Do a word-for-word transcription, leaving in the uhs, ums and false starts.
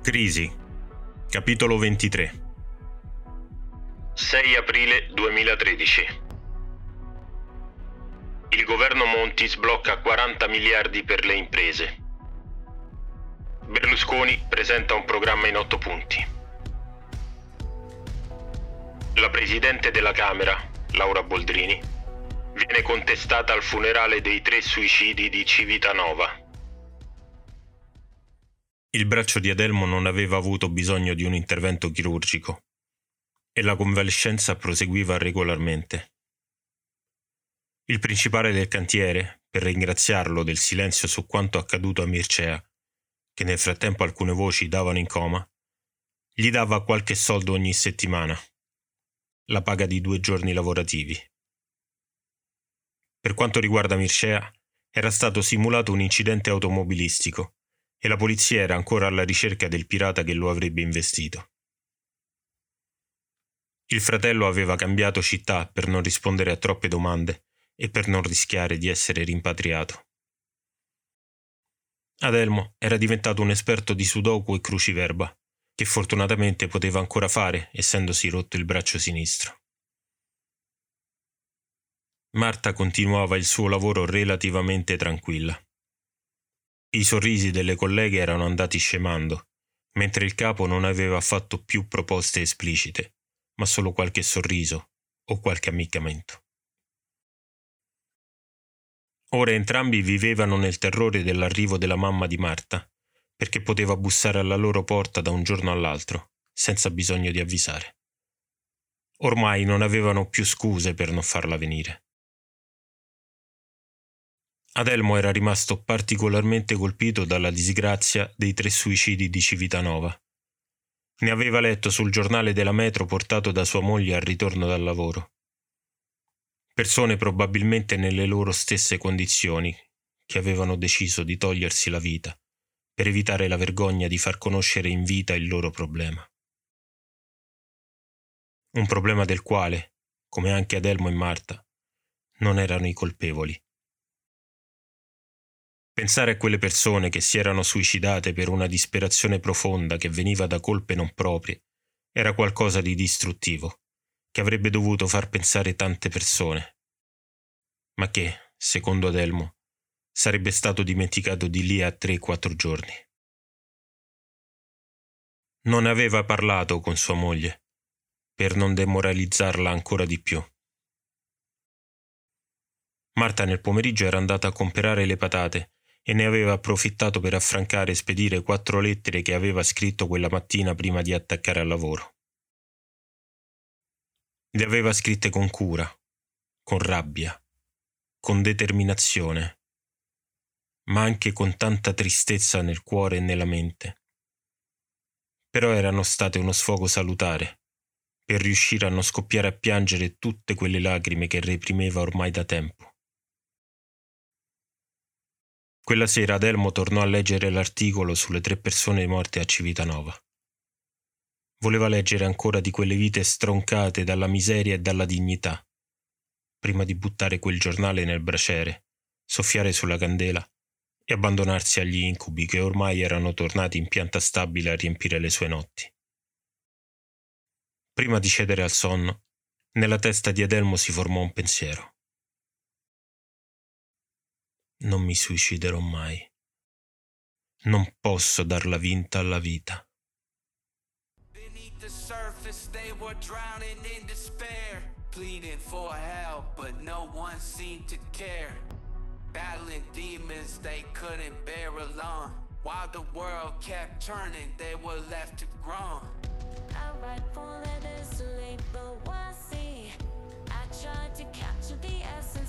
Crisi. Capitolo ventitré. sei aprile duemilatredici. Il governo Monti sblocca quaranta miliardi per le imprese. Berlusconi presenta un programma in otto punti. La presidente della Camera, Laura Boldrini, viene contestata al funerale dei tre suicidi di Civitanova. Il braccio di Adelmo non aveva avuto bisogno di un intervento chirurgico e la convalescenza proseguiva regolarmente. Il principale del cantiere, per ringraziarlo del silenzio su quanto accaduto a Mircea, che nel frattempo alcune voci davano in coma, gli dava qualche soldo ogni settimana, la paga di due giorni lavorativi. Per quanto riguarda Mircea, era stato simulato un incidente automobilistico e la polizia era ancora alla ricerca del pirata che lo avrebbe investito. Il fratello aveva cambiato città per non rispondere a troppe domande e per non rischiare di essere rimpatriato. Adelmo era diventato un esperto di sudoku e cruciverba, che fortunatamente poteva ancora fare, essendosi rotto il braccio sinistro. Marta continuava il suo lavoro relativamente tranquilla. I sorrisi delle colleghe erano andati scemando, mentre il capo non aveva fatto più proposte esplicite, ma solo qualche sorriso o qualche ammiccamento. Ora entrambi vivevano nel terrore dell'arrivo della mamma di Marta, perché poteva bussare alla loro porta da un giorno all'altro, senza bisogno di avvisare. Ormai non avevano più scuse per non farla venire. Adelmo era rimasto particolarmente colpito dalla disgrazia dei tre suicidi di Civitanova. Ne aveva letto sul giornale della metro portato da sua moglie al ritorno dal lavoro. Persone probabilmente nelle loro stesse condizioni, che avevano deciso di togliersi la vita per evitare la vergogna di far conoscere in vita il loro problema. Un problema del quale, come anche Adelmo e Marta, non erano i colpevoli. Pensare a quelle persone che si erano suicidate per una disperazione profonda che veniva da colpe non proprie era qualcosa di distruttivo, che avrebbe dovuto far pensare tante persone, ma che, secondo Adelmo, sarebbe stato dimenticato di lì a tre quattro giorni. Non aveva parlato con sua moglie, per non demoralizzarla ancora di più. Marta nel pomeriggio era andata a comprare le patate e ne aveva approfittato per affrancare e spedire quattro lettere che aveva scritto quella mattina prima di attaccare al lavoro. Le aveva scritte con cura, con rabbia, con determinazione, ma anche con tanta tristezza nel cuore e nella mente. Però erano state uno sfogo salutare, per riuscire a non scoppiare a piangere tutte quelle lacrime che reprimeva ormai da tempo. Quella sera Adelmo tornò a leggere l'articolo sulle tre persone morte a Civitanova. Voleva leggere ancora di quelle vite stroncate dalla miseria e dalla dignità, prima di buttare quel giornale nel braciere, soffiare sulla candela e abbandonarsi agli incubi che ormai erano tornati in pianta stabile a riempire le sue notti. Prima di cedere al sonno, nella testa di Adelmo si formò un pensiero. Non mi suiciderò mai. Non posso darla vinta alla vita. Beneath the surface they were drowning in despair, pleading for help but no one seemed to care, battling demons they couldn't bear alone, while the world kept turning they were left to groan. I write four letters to label what I see. I tried to capture the essence